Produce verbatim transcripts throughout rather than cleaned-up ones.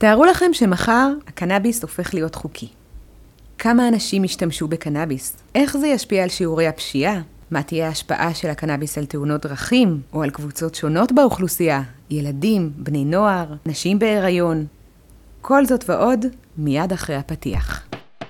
תארו לכם שמחר הקנאביס הופך להיות חוקי. כמה אנשים ישתמשו בקנאביס? איך זה ישפיע על שיעורי הפשיעה? מה תהיה ההשפעה של הקנאביס על תאונות דרכים או על קבוצות שונות באוכלוסייה? ילדים, בני נוער, נשים בהיריון. כל זאת ועוד מיד אחרי הפתיח.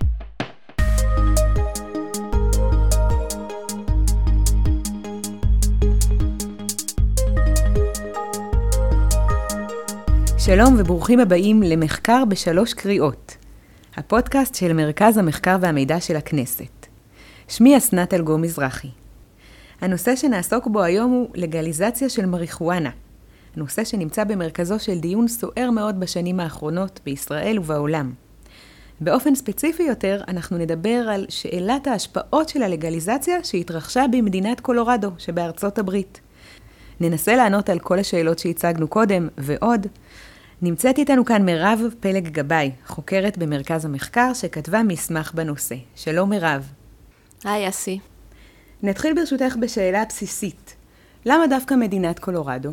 שלום וברוכים הבאים למחקר בשלוש קריאות, הפודקאסט של מרכז המחקר והמידע של הכנסת. שמי אסנת אלגו מזרחי. הנושא שנעסוק בו היום הוא לגליזציה של מריחואנה, הנושא שנמצא במרכזו של דיון סוער מאוד בשנים האחרונות בישראל ובעולם. באופן ספציפי יותר, אנחנו נדבר על שאלת ההשפעות של הלגליזציה שהתרחשה במדינת קולורדו שבארצות הברית. ננסה לענות על כל השאלות שהצגנו קודם ועוד. נמצאת איתנו כאן מירב פלג גבאי, חוקרת במרכז המחקר שכתבה מסמך בנושא. שלום מירב. היי אסי. נתחיל ברשותך בשאלה בסיסית. למה דווקא מדינת קולורדו?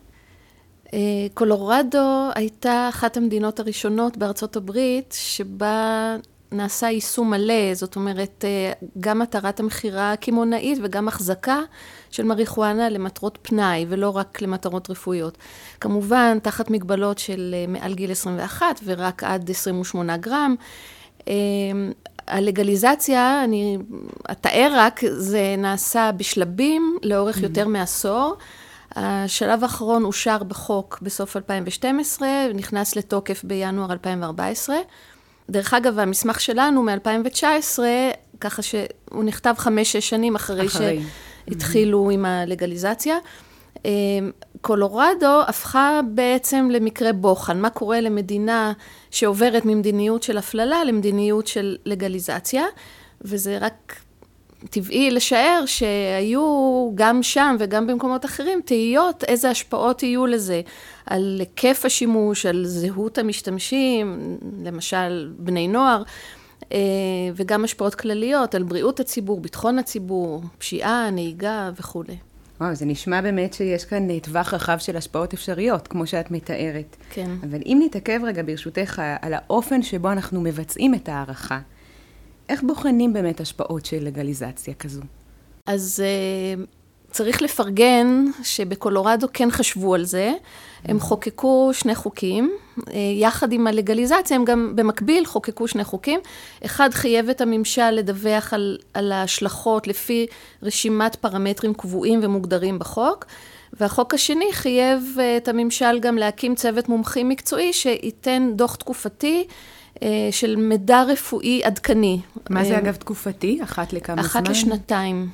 קולורדו הייתה אחת המדינות הראשונות בארצות הברית שבה נעשה יישום מלא, זאת אומרת, גם מטרת המחירה הקמעונאית וגם החזקה של מריחואנה למטרות פנאי, ולא רק למטרות רפואיות. כמובן, תחת מגבלות של מעל גיל עשרים ואחת ורק עד עשרים ושמונה גרם. הלגליזציה, אני אתאר רק, זה נעשה בשלבים לאורך mm-hmm. יותר מעשור. השלב האחרון אושר בחוק בסוף אלפיים ושתים עשרה, נכנס לתוקף בינואר אלפיים וארבע עשרה. דרך אגב, המסמך שלנו מ-אלפיים תשע עשרה, ככה שהוא נכתב חמש-שש שנים אחרי, אחרי. שהתחילו mm-hmm. עם הלגליזציה. קולורדו הפכה בעצם למקרה בוחן. מה קורה למדינה שעוברת ממדיניות של הפללה למדיניות של לגליזציה, וזה רק טבעי לשער שהיו גם שם וגם במקומות אחרים תהיות איזה השפעות יהיו לזה, על היקף השימוש, על זהות המשתמשים, למשל בני נוער, וגם השפעות כלליות על בריאות הציבור, ביטחון הציבור, פשיעה, נהיגה וכו'. וואו, זה נשמע באמת שיש כאן טווח רחב של השפעות אפשריות, כמו שאת מתארת. כן. אבל אם נתעכב רגע ברשותך על האופן שבו אנחנו מבצעים את הערכה, איך בוחנים באמת השפעות של לגליזציה כזו? אז uh, צריך לפרגן שבקולורדו כן חשבו על זה. הם חוקקו שני חוקים. Uh, יחד עם הלגליזציה הם גם במקביל חוקקו שני חוקים. אחד חייב את הממשל לדווח על, על ההשלכות לפי רשימת פרמטרים קבועים ומוגדרים בחוק. והחוק השני חייב uh, את הממשל גם להקים צוות מומחים מקצועי שייתן דוח תקופתי של מידע רפואי עדכני. מה זה אגב תקופתי? אחת לכמה זמן? אחת לשנתיים.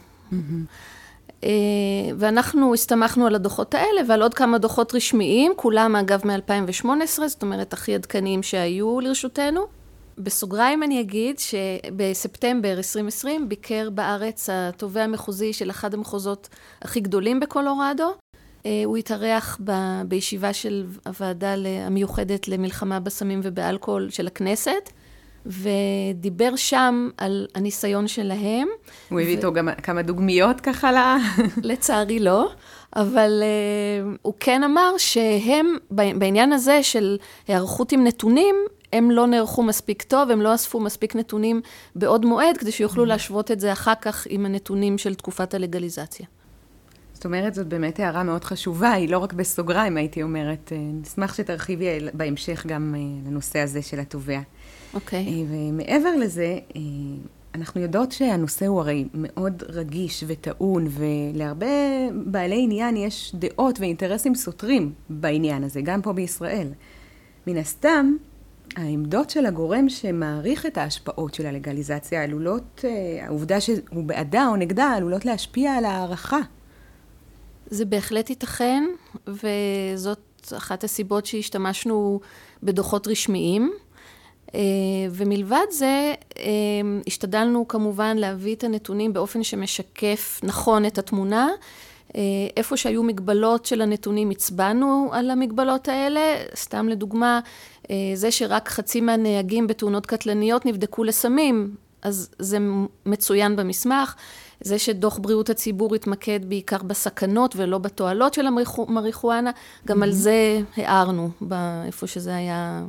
ואנחנו הסתמכנו על הדוחות האלה ועל עוד כמה דוחות רשמיים, כולם אגב מ-אלפיים ושמונה עשרה, זאת אומרת הכי עדכניים שהיו לרשותנו. בסוגריים אני אגיד שבספטמבר עשרים עשרים ביקר בארץ התובע המחוזי של אחד המחוזות הכי גדולים בקולורדו. הוא התארח ב- בישיבה של הוועדה המיוחדת למלחמה בסמים ובאלכוהול של הכנסת, ודיבר שם על הניסיון שלהם. הוא הביא איתו ו... גם כמה דוגמיות ככה לה? לצערי לא, אבל uh, הוא כן אמר שהם, בעניין הזה של הערכות עם נתונים, הם לא נערכו מספיק טוב, הם לא אספו מספיק נתונים בעוד מועד, כדי שיוכלו להשוות את זה אחר כך עם הנתונים של תקופת הלגליזציה. זאת אומרת, זאת באמת הערה מאוד חשובה, היא לא רק בסוגריים, הייתי אומרת. נשמח שתרחיבי בהמשך גם לנושא הזה של התובע. אוקיי. ומעבר לזה, אנחנו יודעות שהנושא הוא הרי מאוד רגיש וטעון, ולהרבה בעלי עניין יש דעות ואינטרסים סותרים בעניין הזה, גם פה בישראל. מן הסתם, העמדות של הגורם שמעריך את ההשפעות של הלגליזציה עלולות, העובדה שהוא בעדה או נגדה, עלולות להשפיע על הערכה. זה בהחלט ייתכן, וזאת אחת הסיבות שהשתמשנו בדוחות רשמיים. ומלבד זה, השתדלנו כמובן להביא את הנתונים באופן שמשקף נכון את התמונה. איפה שהיו מגבלות של הנתונים, הצבענו על המגבלות האלה. סתם לדוגמה, זה שרק חצי מהנהגים בתאונות קטלניות נבדקו לסמים, אז זה מצוין במסמך. זה שדוח בריאות הציבור התמקד בעיקר בסכנות ולא בתועלות של המריחואנה, גם על זה הערנו, איפה שזה היה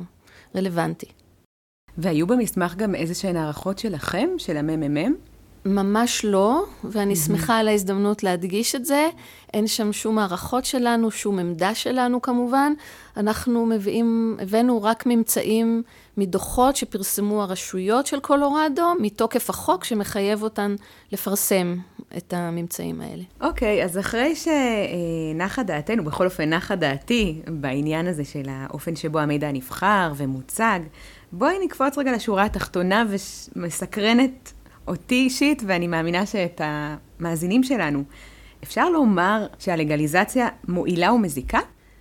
רלוונטי. והיו במסמך גם איזה שהן הערכות שלכם, של הממ"מ? ממש לא, ואני שמחה על ההזדמנות להדגיש את זה. אין שם שום הערכות שלנו, שום עמדה שלנו כמובן. אנחנו מביאים, הבאנו רק ממצאים מדוחות שפרסמו הרשויות של קולורדו, מתוקף החוק שמחייב אותן לפרסם את הממצאים האלה. אוקיי, אז אחרי שנחה דעתנו, בכל אופן נחה דעתי, בעניין הזה של האופן שבו המידע נבחר ומוצג, בואי נקפוץ רגע לשורה התחתונה ומסקרנת אותי אישית, ואני מאמינה שאת המאזינים שלנו. אפשר לומר שהלגליזציה מועילה ומזיקה?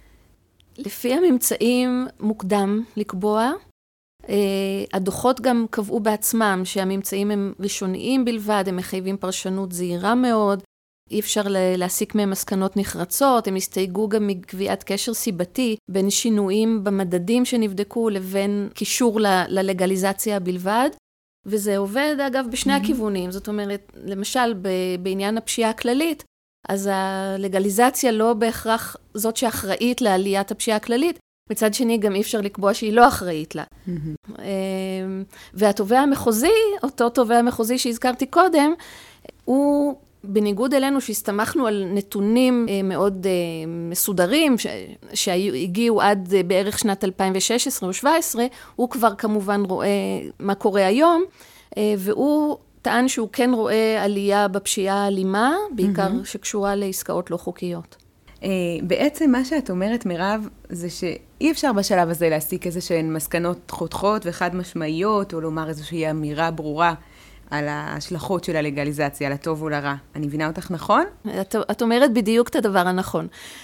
לפי הממצאים מוקדם לקבוע. הדוחות גם קבעו בעצמם שהממצאים הם ראשוניים בלבד, הם מחייבים פרשנות זהירה מאוד, אי אפשר להסיק מהם מסקנות נחרצות, הם הסתייגו גם מקביעת קשר סיבתי בין שינויים במדדים שנבדקו לבין קישור ללגליזציה בלבד. וזה עובד, אגב, בשני mm-hmm. הכיוונים. זאת אומרת, למשל, ב- בעניין הפשיעה הכללית, אז הלגליזציה לא בהכרח זאת שאחראית לעליית הפשיעה הכללית, מצד שני גם אי אפשר לקבוע שהיא לא אחראית לה. Mm-hmm. והתובע המחוזי, אותו תובע המחוזי שהזכרתי קודם, הוא בניגוד אלינו שהסתמכנו על נתונים מאוד מסודרים, ש- שהגיעו עד בערך שנת אלפיים ושש עשרה או שבע עשרה, הוא כבר כמובן רואה מה קורה היום, והוא טען שהוא כן רואה עלייה בפשיעה האלימה, בעיקר mm-hmm. שקשורה לעסקאות לא חוקיות. בעצם מה שאת אומרת, מירב, זה שאי אפשר בשלב הזה להסיק איזה שהן מסקנות חותכות וחד משמעיות, או לומר איזושהי אמירה ברורה, על ההשלכות של הלגליזציה, לטוב ולרע. אני מבינה אותך נכון? את, את אומרת בדיוק את הדבר הנכון.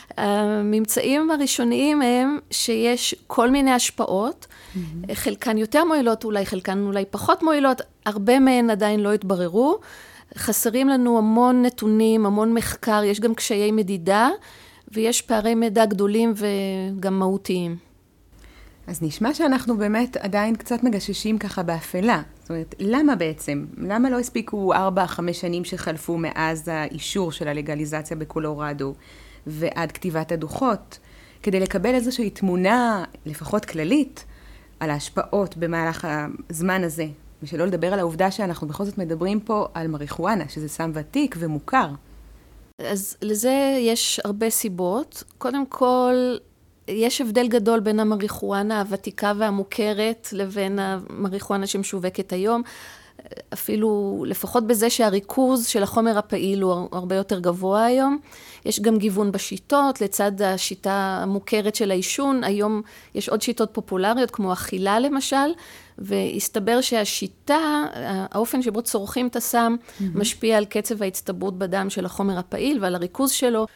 הממצאים הראשוניים הם שיש כל מיני השפעות, mm-hmm. חלקן יותר מועילות, אולי חלקן אולי פחות מועילות, הרבה מהן עדיין לא התבררו. חסרים לנו המון נתונים, המון מחקר, יש גם קשיי מדידה, ויש פערי מידע גדולים וגם מהותיים. אז נשמע שאנחנו באמת עדיין קצת מגששים ככה באפלה. זאת אומרת, למה בעצם? למה לא הספיקו ארבע, חמש שנים שחלפו מאז האישור של הלגליזציה בקולורדו ועד כתיבת הדוחות, כדי לקבל איזושהי תמונה, לפחות כללית, על ההשפעות במהלך הזמן הזה, ושלא לדבר על העובדה שאנחנו בכל זאת מדברים פה על מריחואנה, שזה סם ותיק ומוכר. אז לזה יש הרבה סיבות. קודם כל, יש הבדל גדול בין המריחואנה הוותיקה והמוכרת לבין המריחואנה שמשווקת היום. אפילו לפחות בזה שהריכוז של החומר הפעיל הוא הרבה יותר גבוה היום. יש גם גיוון בשיטות, לצד השיטה המוכרת של העישון. היום יש עוד שיטות פופולריות כמו אכילה למשל, והסתבר שהשיטה, האופן שבו צורכים את הסם, mm-hmm. משפיע על קצב ההצטברות בדם של החומר הפעיל ועל הריכוז שלו.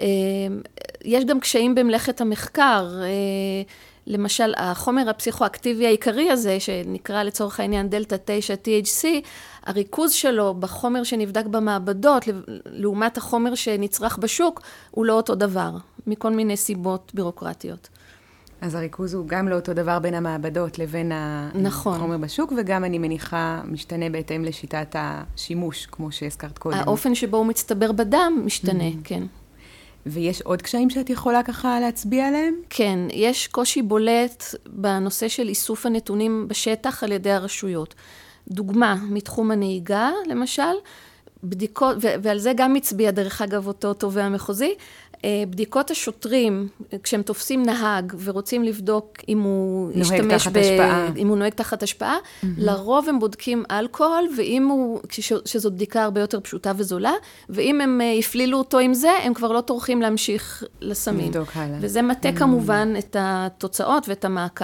יש גם קשיים במלאכת המחקר, למשל החומר הפסיכואקטיבי העיקרי הזה, שנקרא לצורך העניין דלטה תשע טי אייץ' סי, הריכוז שלו בחומר שנבדק במעבדות, לעומת החומר שנצרך בשוק, הוא לא אותו דבר, מכל מיני סיבות בירוקרטיות. אז הריכוז הוא גם לא אותו דבר בין המעבדות לבין נכון. החומר בשוק, וגם אני מניחה משתנה בהתאם לשיטת השימוש, כמו שהזכרת קודם. האופן שבו הוא מצטבר בדם משתנה, mm-hmm. כן. ויש עוד קשיים שאת יכולה ככה להצביע עליהם? כן, יש קושי בולט בנושא של איסוף הנתונים בשטח על ידי הרשויות. דוגמה, מתחום הנהיגה, למשל, בדיקות, ו- ועל זה גם מצביע דרך אגב אותו תובע המחוזי, בדיקות השוטרים, כשהם תופסים נהג ורוצים לבדוק אם הוא ישתמש ב... אם הוא נוהג תחת השפעה, mm-hmm. לרוב הם בודקים אלכוהול, ואם הוא, שזאת בדיקה הרבה יותר פשוטה וזולה, ואם הם הפלילו אותו עם זה, הם כבר לא טורחים להמשיך לסמים. וזה מטה mm-hmm. כמובן את התוצאות ואת המעקב.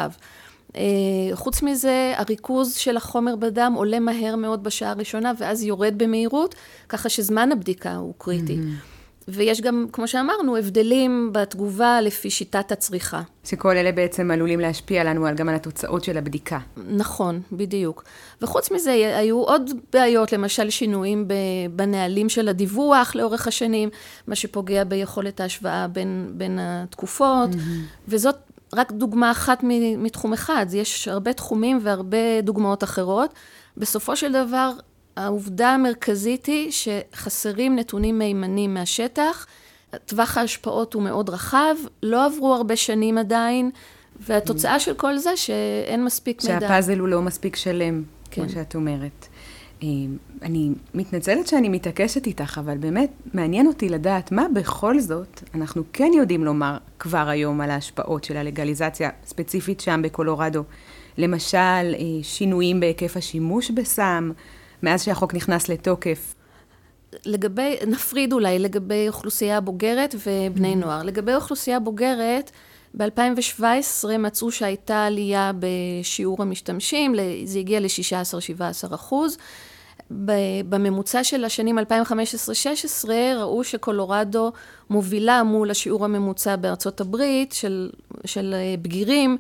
חוץ מזה, הריכוז של החומר בדם עולה מהר מאוד בשעה הראשונה, ואז יורד במהירות, ככה שזמן הבדיקה הוא קריטי. Mm-hmm. ויש גם, כמו שאמרנו, הבדלים בתגובה לפי שיטת הצריכה. שכל אלה בעצם עלולים להשפיע לנו גם על התוצאות של הבדיקה. נכון, בדיוק. וחוץ מזה, היו עוד בעיות, למשל שינויים בנהלים של הדיווח לאורך השנים, מה שפוגע ביכולת ההשוואה בין, בין התקופות, mm-hmm. וזאת רק דוגמה אחת מתחום אחד. יש הרבה תחומים והרבה דוגמאות אחרות. בסופו של דבר, העובדה המרכזית היא שחסרים נתונים מהימנים מהשטח, טווח ההשפעות הוא מאוד רחב, לא עברו הרבה שנים עדיין, והתוצאה של כל זה שאין מספיק מידע. שהפאזל הוא לא מספיק שלם, כן. כמו שאת אומרת. אני מתנצלת שאני מתעקשת איתך, אבל באמת מעניין אותי לדעת מה בכל זאת אנחנו כן יודעים לומר כבר היום על ההשפעות של הלגליזציה ספציפית שם בקולורדו. למשל, שינויים בהיקף השימוש בסם, מאז שהחוק נכנס לתוקף. לגבי, נפריד אולי לגבי אוכלוסייה בוגרת ובני נוער. לגבי אוכלוסייה בוגרת, ב-אלפיים שבע עשרה מצאו שהייתה עלייה בשיעור המשתמשים, זה הגיע ל-שישה עשר עד שבעה עשר אחוז. בממוצע של השנים אלפיים וחמש עשרה שש עשרה ראו שקולורדו מובילה מול השיעור הממוצע בארצות הברית של, של בגירים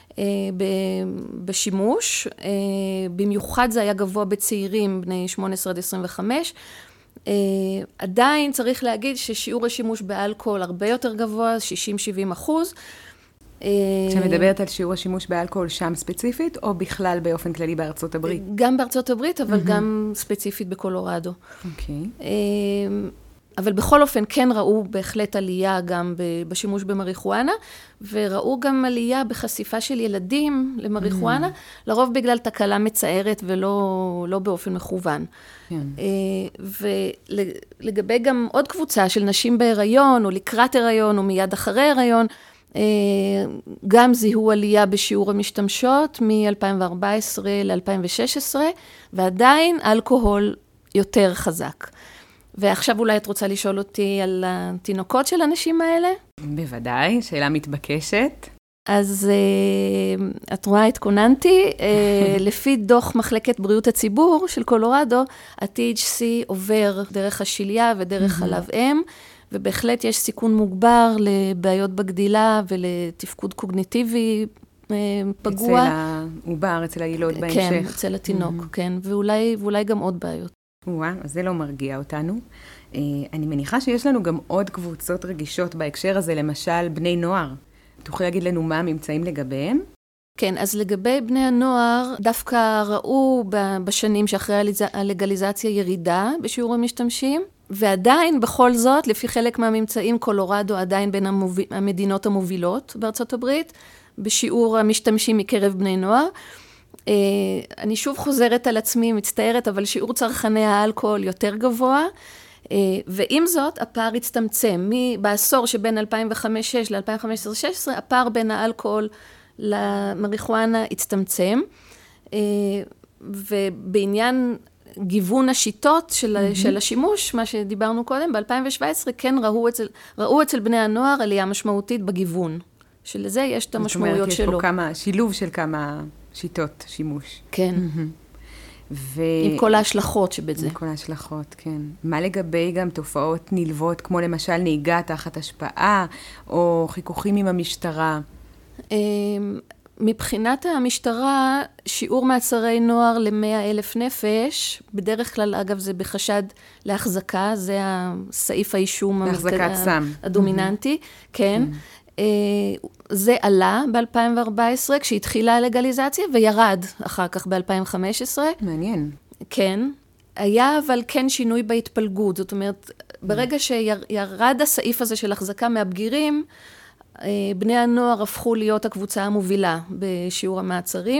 בשימוש. במיוחד זה היה גבוה בצעירים בני שמונה עשרה עד עשרים וחמש. עדיין צריך להגיד ששיעור השימוש באלכוהול הרבה יותר גבוה, שישים עד שבעים אחוז. שמדברת על שיעור השימוש באלכוהול שם ספציפית, או בכלל באופן כללי בארצות הברית? גם בארצות הברית, אבל גם ספציפית בקולורדו. אוקיי. אבל בכל אופן כן ראו בהחלט עלייה גם בשימוש במריחואנה, וראו גם עלייה בחשיפה של ילדים למריחואנה, לרוב בגלל תקלה מצערת ולא לא באופן מכוון. כן. ולגבי גם עוד קבוצה של נשים בהיריון, או לקראת הריון, או מיד אחרי הריון, גם זיהו עלייה בשיעור המשתמשות מ-אלפיים וארבע עשרה ל-אלפיים ושש עשרה, ועדיין אלכוהול יותר חזק. ועכשיו אולי את רוצה לשאול אותי על התינוקות של הנשים האלה? בוודאי, שאלה מתבקשת. אז את רואה, התכוננתי, לפי דוח מחלקת בריאות הציבור של קולורדו, ה-טי אייץ' סי עובר דרך השליה ודרך חלב אם, ובהחלט יש סיכון מוגבר לבעיות בגדילה ולתפקוד קוגניטיבי פגוע. אצל העובר, אצל הילוד בהמשך. כן, אצל התינוק, כן, ואולי, ואולי גם עוד בעיות. וואה, אז זה לא מרגיע אותנו. אני מניחה שיש לנו גם עוד קבוצות רגישות בהקשר הזה, למשל בני נוער. תוכלי להגיד לנו מה הממצאים לגביהם? כן, אז לגבי בני הנוער, דווקא ראו בשנים שאחרי הלגליזציה ירידה בשיעור המשתמשים, ועדיין בכל זאת, לפי חלק מהממצאים, קולורדו עדיין בין המדינות המובילות בארצות הברית, בשיעור המשתמשים מקרב בני נוער. אני שוב חוזרת על עצמי, מצטערת, אבל שיעור צרכני האלכוהול יותר גבוה, ועם זאת, הפער הצטמצם. בעשור שבין אלפיים וחמש שש ל-אלפיים וחמש עשרה שש עשרה, הפער בין האלכוהול למריחואנה הצטמצם, ובעניין גיוון השיטות של, mm-hmm. של השימוש, מה שדיברנו קודם, ב-אלפיים שבע עשרה כן ראו אצל, ראו אצל בני הנוער עלייה משמעותית בגיוון. שלזה יש את המשמעויות שלו. זאת אומרת, יש פה כמה, שילוב של כמה שיטות שימוש. כן. ו... עם כל ההשלכות שבזה. עם כל ההשלכות, כן. מה לגבי גם תופעות נלוות, כמו למשל נהיגה תחת השפעה, או חיכוכים עם המשטרה? מבחינת המשטרה, שיעור מעצרי נוער ל-מאה אלף נפש, בדרך כלל, אגב, זה בחשד להחזקה, זה הסעיף האישום להחזקת סם. הדומיננטי, כן. זה עלה ב-אלפיים וארבע עשרה, כשהתחילה הלגליזציה, וירד אחר כך ב-אלפיים וחמש עשרה. מעניין. כן. היה אבל כן שינוי בהתפלגות, זאת אומרת, ברגע שירד הסעיף הזה של החזקה מהבגירים, בני הנוער הפכו להיות הקבוצה המובילה בשיעור המעצרים.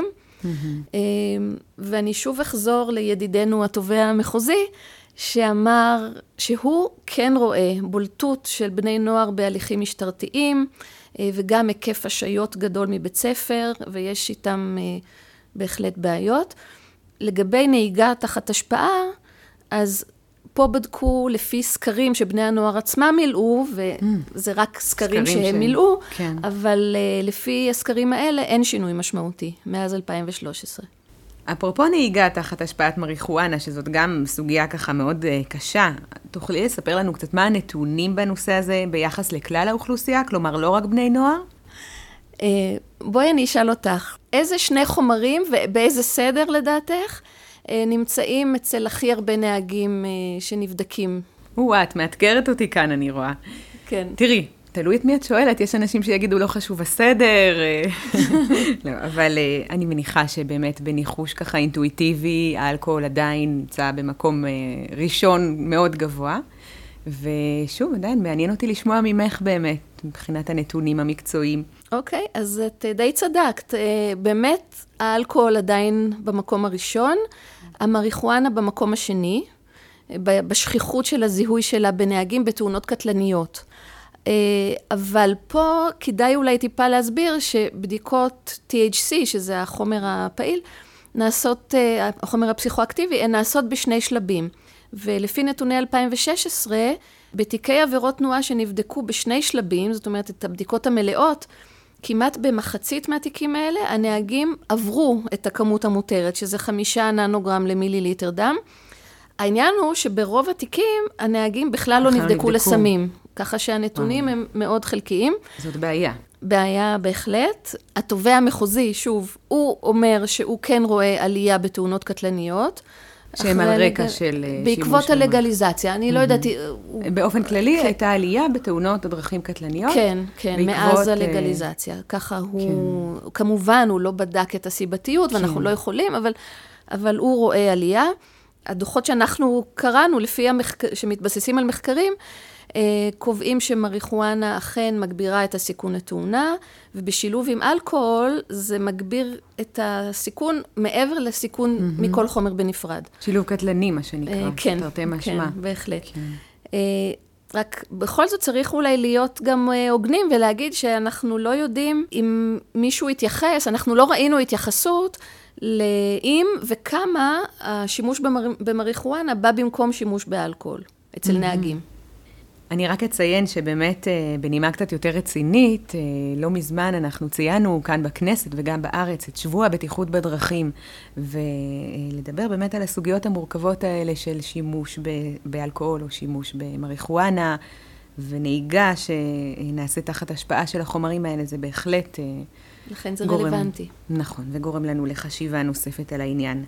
ואני שוב אחזור לידידנו התובע המחוזי, שאמר שהוא כן רואה בולטות של בני נוער בהליכים משטרתיים, וגם היקף השעיות גדול מבית ספר, ויש איתם בהחלט בעיות. לגבי נהיגה תחת השפעה, אז פה בדקו לפי סקרים שבני הנוער עצמם מילאו, וזה רק סקרים שהם ש... מילאו, כן. אבל לפי הסקרים האלה אין שינוי משמעותי, מאז אלפיים ושלוש עשרה. אפרופו נהיגה תחת השפעת מריחואנה, שזאת גם סוגיה ככה מאוד uh, קשה, תוכלי לספר לנו קצת מה הנתונים בנושא הזה ביחס לכלל האוכלוסייה? כלומר, לא רק בני נוער? Uh, בואי אני אשאל אותך, איזה שני חומרים ובאיזה סדר לדעתך uh, נמצאים אצל הכי הרבה נהגים uh, שנבדקים? וואה, את מאתגרת אותי כאן, אני רואה. כן. תראי. תלוי את מי את שואלת, יש אנשים שיגידו לא חשוב הסדר, לא, אבל אני מניחה שבאמת בניחוש ככה אינטואיטיבי, האלכוהול עדיין נמצא במקום ראשון מאוד גבוה, ושוב, עדיין מעניין אותי לשמוע ממך באמת. מבחינת הנתונים המקצועיים. אוקיי, okay, אז את די צדקת. באמת, האלכוהול עדיין במקום הראשון, המריחואנה במקום השני, בשכיחות של הזיהוי שלה בנהגים בתאונות קטלניות. אבל פה כדאי אולי טיפה להסביר שבדיקות טי אייץ' סי, שזה החומר הפעיל, נעשות, החומר הפסיכואקטיבי, הן נעשות בשני שלבים. ולפי נתוני אלפיים ושש עשרה, בתיקי עבירות תנועה שנבדקו בשני שלבים, זאת אומרת את הבדיקות המלאות, כמעט במחצית מהתיקים האלה, הנהגים עברו את הכמות המותרת, שזה חמישה ננוגרם למיליליטר דם. העניין הוא שברוב התיקים, הנהגים בכלל לא נבדקו לסמים, ככה שהנתונים הם מאוד חלקיים. זאת בעיה. בעיה בהחלט. התובע המחוזי, שוב, הוא אומר שהוא כן רואה עלייה בתאונות קטלניות. שהם על רקע של שימוש. בעקבות הלגליזציה, אני לא יודעת... באופן כללי הייתה עלייה בתאונות דרכים קטלניות. כן, כן, מאז הלגליזציה. ככה הוא, כמובן, הוא לא בדק את הסיבתיות, ואנחנו לא יכולים, אבל הוא רואה עלייה. הדוחות שאנחנו קראנו, לפי שמתבססים על מחקרים, קובעים שמריחואנה אכן מגבירה את הסיכון לתאונה, ובשילוב עם אלכוהול זה מגביר את הסיכון מעבר לסיכון mm-hmm. מכל חומר בנפרד. שילוב קטלני, מה שנקרא. כן, תרתי משמע. כן, בהחלט. כן. רק בכל זאת צריך אולי להיות גם הוגנים ולהגיד שאנחנו לא יודעים אם מישהו יתייחס, אנחנו לא ראינו התייחסות לאם וכמה השימוש במר... במריחואנה בא במקום שימוש באלכוהול אצל mm-hmm. נהגים. אני רק אציין שבאמת בנימה קצת יותר רצינית, לא מזמן אנחנו ציינו כאן בכנסת וגם בארץ את שבוע הבטיחות בדרכים, ולדבר באמת על הסוגיות המורכבות האלה של שימוש באלכוהול או שימוש במריחואנה, ונהיגה שנעשה תחת השפעה של החומרים האלה, זה בהחלט לכן זה גורם, רלוונטי. נכון, וגורם לנו לחשיבה נוספת על העניין.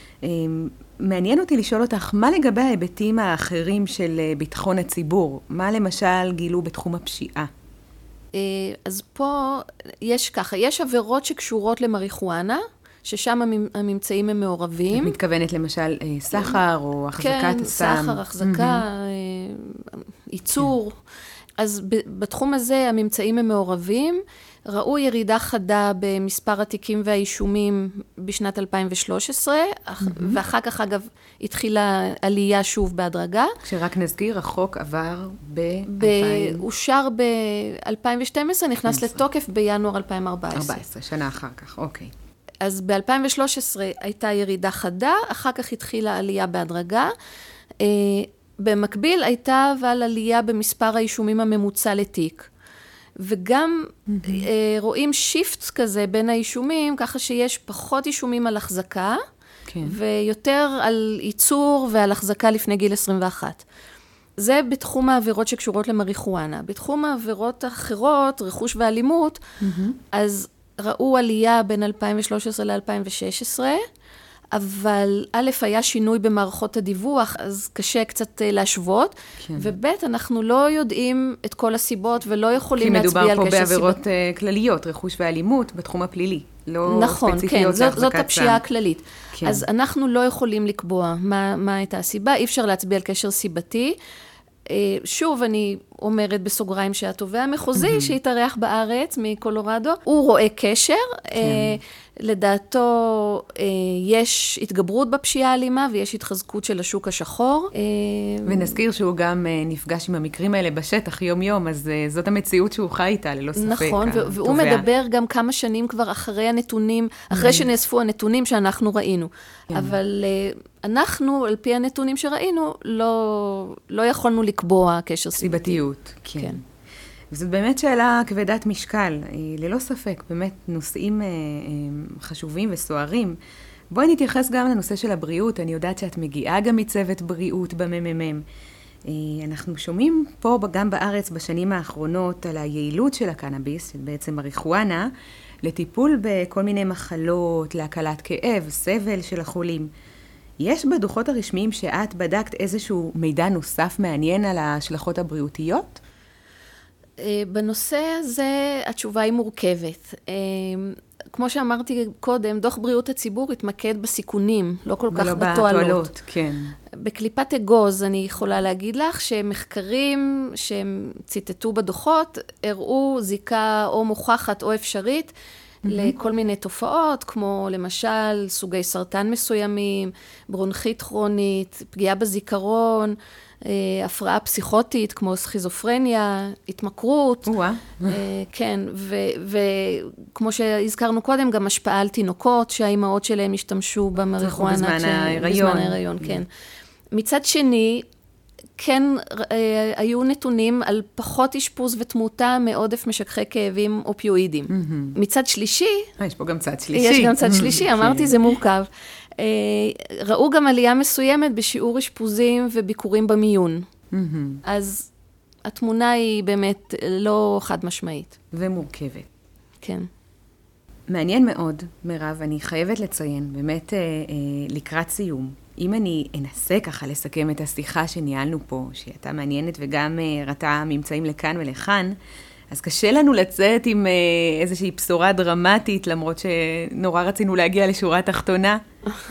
מעניין אותי לשאול אותך, מה לגבי ההיבטים האחרים של ביטחון הציבור? מה למשל גילו בתחום הפשיעה? אז פה יש ככה, יש עבירות שקשורות למריחואנה, ששם הממצאים הם מעורבים. את מתכוונת למשל סחר או החזקת כן, הסם? כן, סחר, החזקה, ייצור. אז בתחום הזה הממצאים הם מעורבים. ראו ירידה חדה במספר התיקים והאישומים בשנת אלפיים ושלוש עשרה, mm-hmm. ואחר כך אגב התחילה עלייה שוב בהדרגה. כשרק נזכיר, החוק עבר ב-אלפיים... אושר ב-אלפיים ושתים עשרה, נכנס לתוקף בינואר אלפיים וארבע עשרה. ארבע עשרה, שנה אחר כך, אוקיי. אז ב-אלפיים ושלוש עשרה הייתה ירידה חדה, אחר כך התחילה עלייה בהדרגה. במקביל הייתה אבל עלייה במספר האישומים הממוצע לתיק. וגם mm-hmm. רואים שיפט כזה בין האישומים, ככה שיש פחות אישומים על החזקה, כן. ויותר על ייצור ועל החזקה לפני גיל עשרים ואחת. זה בתחום העבירות שקשורות למריחואנה. בתחום העבירות האחרות, רכוש ואלימות, mm-hmm. אז ראו עלייה בין אלפיים ושלוש עשרה ל-אלפיים ושש עשרה, אבל א', היה שינוי במערכות הדיווח, אז קשה קצת להשוות, כן. וב', אנחנו לא יודעים את כל הסיבות ולא יכולים להצביע על קשר סיבות. כי מדובר פה בעבירות uh, כלליות, רכוש ואלימות בתחום הפלילי, לא נכון, ספציפיות כן, להחזקת זאת, זאת הפשיעה סם. הכללית. כן. אז אנחנו לא יכולים לקבוע מה, מה הייתה הסיבה, אי אפשר להצביע על קשר סיבתי. שוב, אני אומרת בסוגריים שהתובע המחוזי mm-hmm. שהתארח בארץ מקולורדו, הוא רואה קשר, כן. לדעתו יש התגברות בפשיעה האלימה ויש התחזקות של השוק השחור. ונזכיר שהוא גם נפגש עם המקרים האלה בשטח יום-יום, אז זאת המציאות שהוא חי איתה, ללא ספק. נכון, והוא מדבר גם כמה שנים כבר אחרי הנתונים, אחרי שנאספו הנתונים שאנחנו ראינו. אבל אנחנו, על פי הנתונים שראינו, לא, לא יכולנו לקבוע קשר סיבתי. סיבתיות, כן. וזאת באמת שאלה כבדת משקל, ללא ספק, באמת נושאים חשובים וסוערים. בואי נתייחס גם לנושא של הבריאות, אני יודעת שאת מגיעה גם מצוות בריאות בממ"מ. אנחנו שומעים פה גם בארץ בשנים האחרונות על היעילות של הקנאביס, בעצם מריחואנה, לטיפול בכל מיני מחלות, להקלת כאב, סבל של החולים. יש בדוחות הרשמיים שאת בדקת איזשהו מידע נוסף מעניין על ההשלכות הבריאותיות? בנושא הזה התשובה היא מורכבת. כמו שאמרתי קודם, דוח בריאות הציבור התמקד בסיכונים, לא כל כך בתועלות. ולא בתועלות, כן. בקליפת אגוז אני יכולה להגיד לך שמחקרים שהם ציטטו בדוחות, הראו זיקה או מוכחת או אפשרית, mm-hmm. לכל מיני תופעות, כמו למשל סוגי סרטן מסוימים, ברונכית כרונית, פגיעה בזיכרון, הפרעה פסיכוטית, כמו סכיזופרניה, התמכרות. כן, וכמו שהזכרנו קודם, גם השפעה על תינוקות, שהאימהות שלהם השתמשו במריחואנה. בזמן ההיריון. בזמן ההיריון, כן. מצד שני, כן היו נתונים על פחות אשפוז ותמותה מעודף משככי כאבים אופיואידים. מצד שלישי... יש פה גם צד שלישי. יש גם צד שלישי, אמרתי, זה מורכב. ראו גם עלייה מסוימת בשיעור אשפוזים וביקורים במיון. אז התמונה היא באמת לא חד משמעית. ומורכבת. כן. מעניין מאוד, מירב, אני חייבת לציין, באמת אה, אה, לקראת סיום. אם אני אנסה ככה לסכם את השיחה שניהלנו פה, שהייתה מעניינת וגם אה, ראתה ממצאים לכאן ולכאן, אז קשה לנו לצאת עם אה, איזושהי בשורה דרמטית, למרות שנורא רצינו להגיע לשורה התחתונה.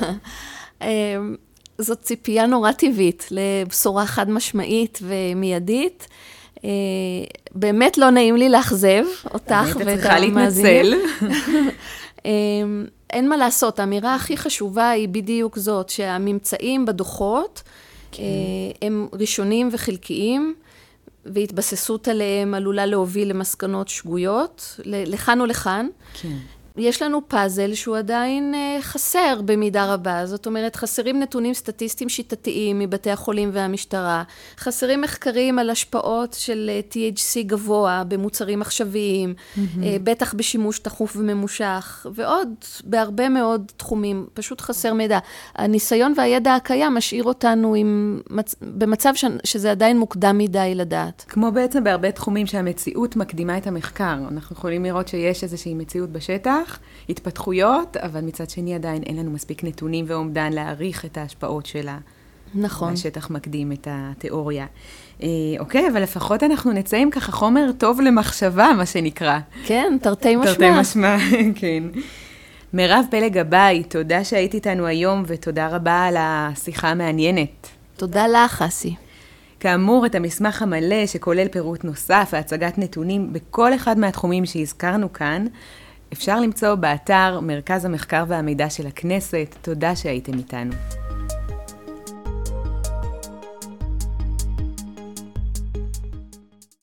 זאת ציפייה נורא טבעית, לבשורה חד משמעית ומיידית. באמת לא נעים לי לאכזב אותך ואת המאזינים. אין מה לעשות, האמירה הכי חשובה היא בדיוק זאת, שהממצאים בדוחות הם ראשונים וחלקיים, והתבססות עליהם עלולה להוביל למסקנות שגויות, לכאן או לכאן. כן. יש לנו פאזל שהוא עדיין חסר במידה רבה, זאת אומרת, חסרים נתונים סטטיסטיים שיטתיים מבתי החולים והמשטרה, חסרים מחקרים על השפעות של טי אייץ' סי גבוה במוצרים עכשוויים, mm-hmm. בטח בשימוש תכוף וממושך, ועוד בהרבה מאוד תחומים, פשוט חסר מידע. הניסיון והידע הקיים משאיר אותנו עם, במצב ש, שזה עדיין מוקדם מדי לדעת. כמו בעצם בהרבה תחומים שהמציאות מקדימה את המחקר, אנחנו יכולים לראות שיש איזושהי מציאות בשטח, התפתחויות, אבל מצד שני עדיין אין לנו מספיק נתונים ועומדן להעריך את ההשפעות שלה. נכון. השטח מקדים את התיאוריה. אה, אוקיי, אבל לפחות אנחנו נצא עם ככה חומר טוב למחשבה, מה שנקרא. כן, תרתי משמע. תרתי משמע, כן. מירב פלג גבאי, תודה שהיית איתנו היום, ותודה רבה על השיחה המעניינת. תודה לך, אסי. כאמור, את המסמך המלא שכולל פירוט נוסף והצגת נתונים בכל אחד מהתחומים שהזכרנו כאן, אפשר למצוא באתר מרכז המחקר והמידע של הכנסת. תודה שהייתם איתנו.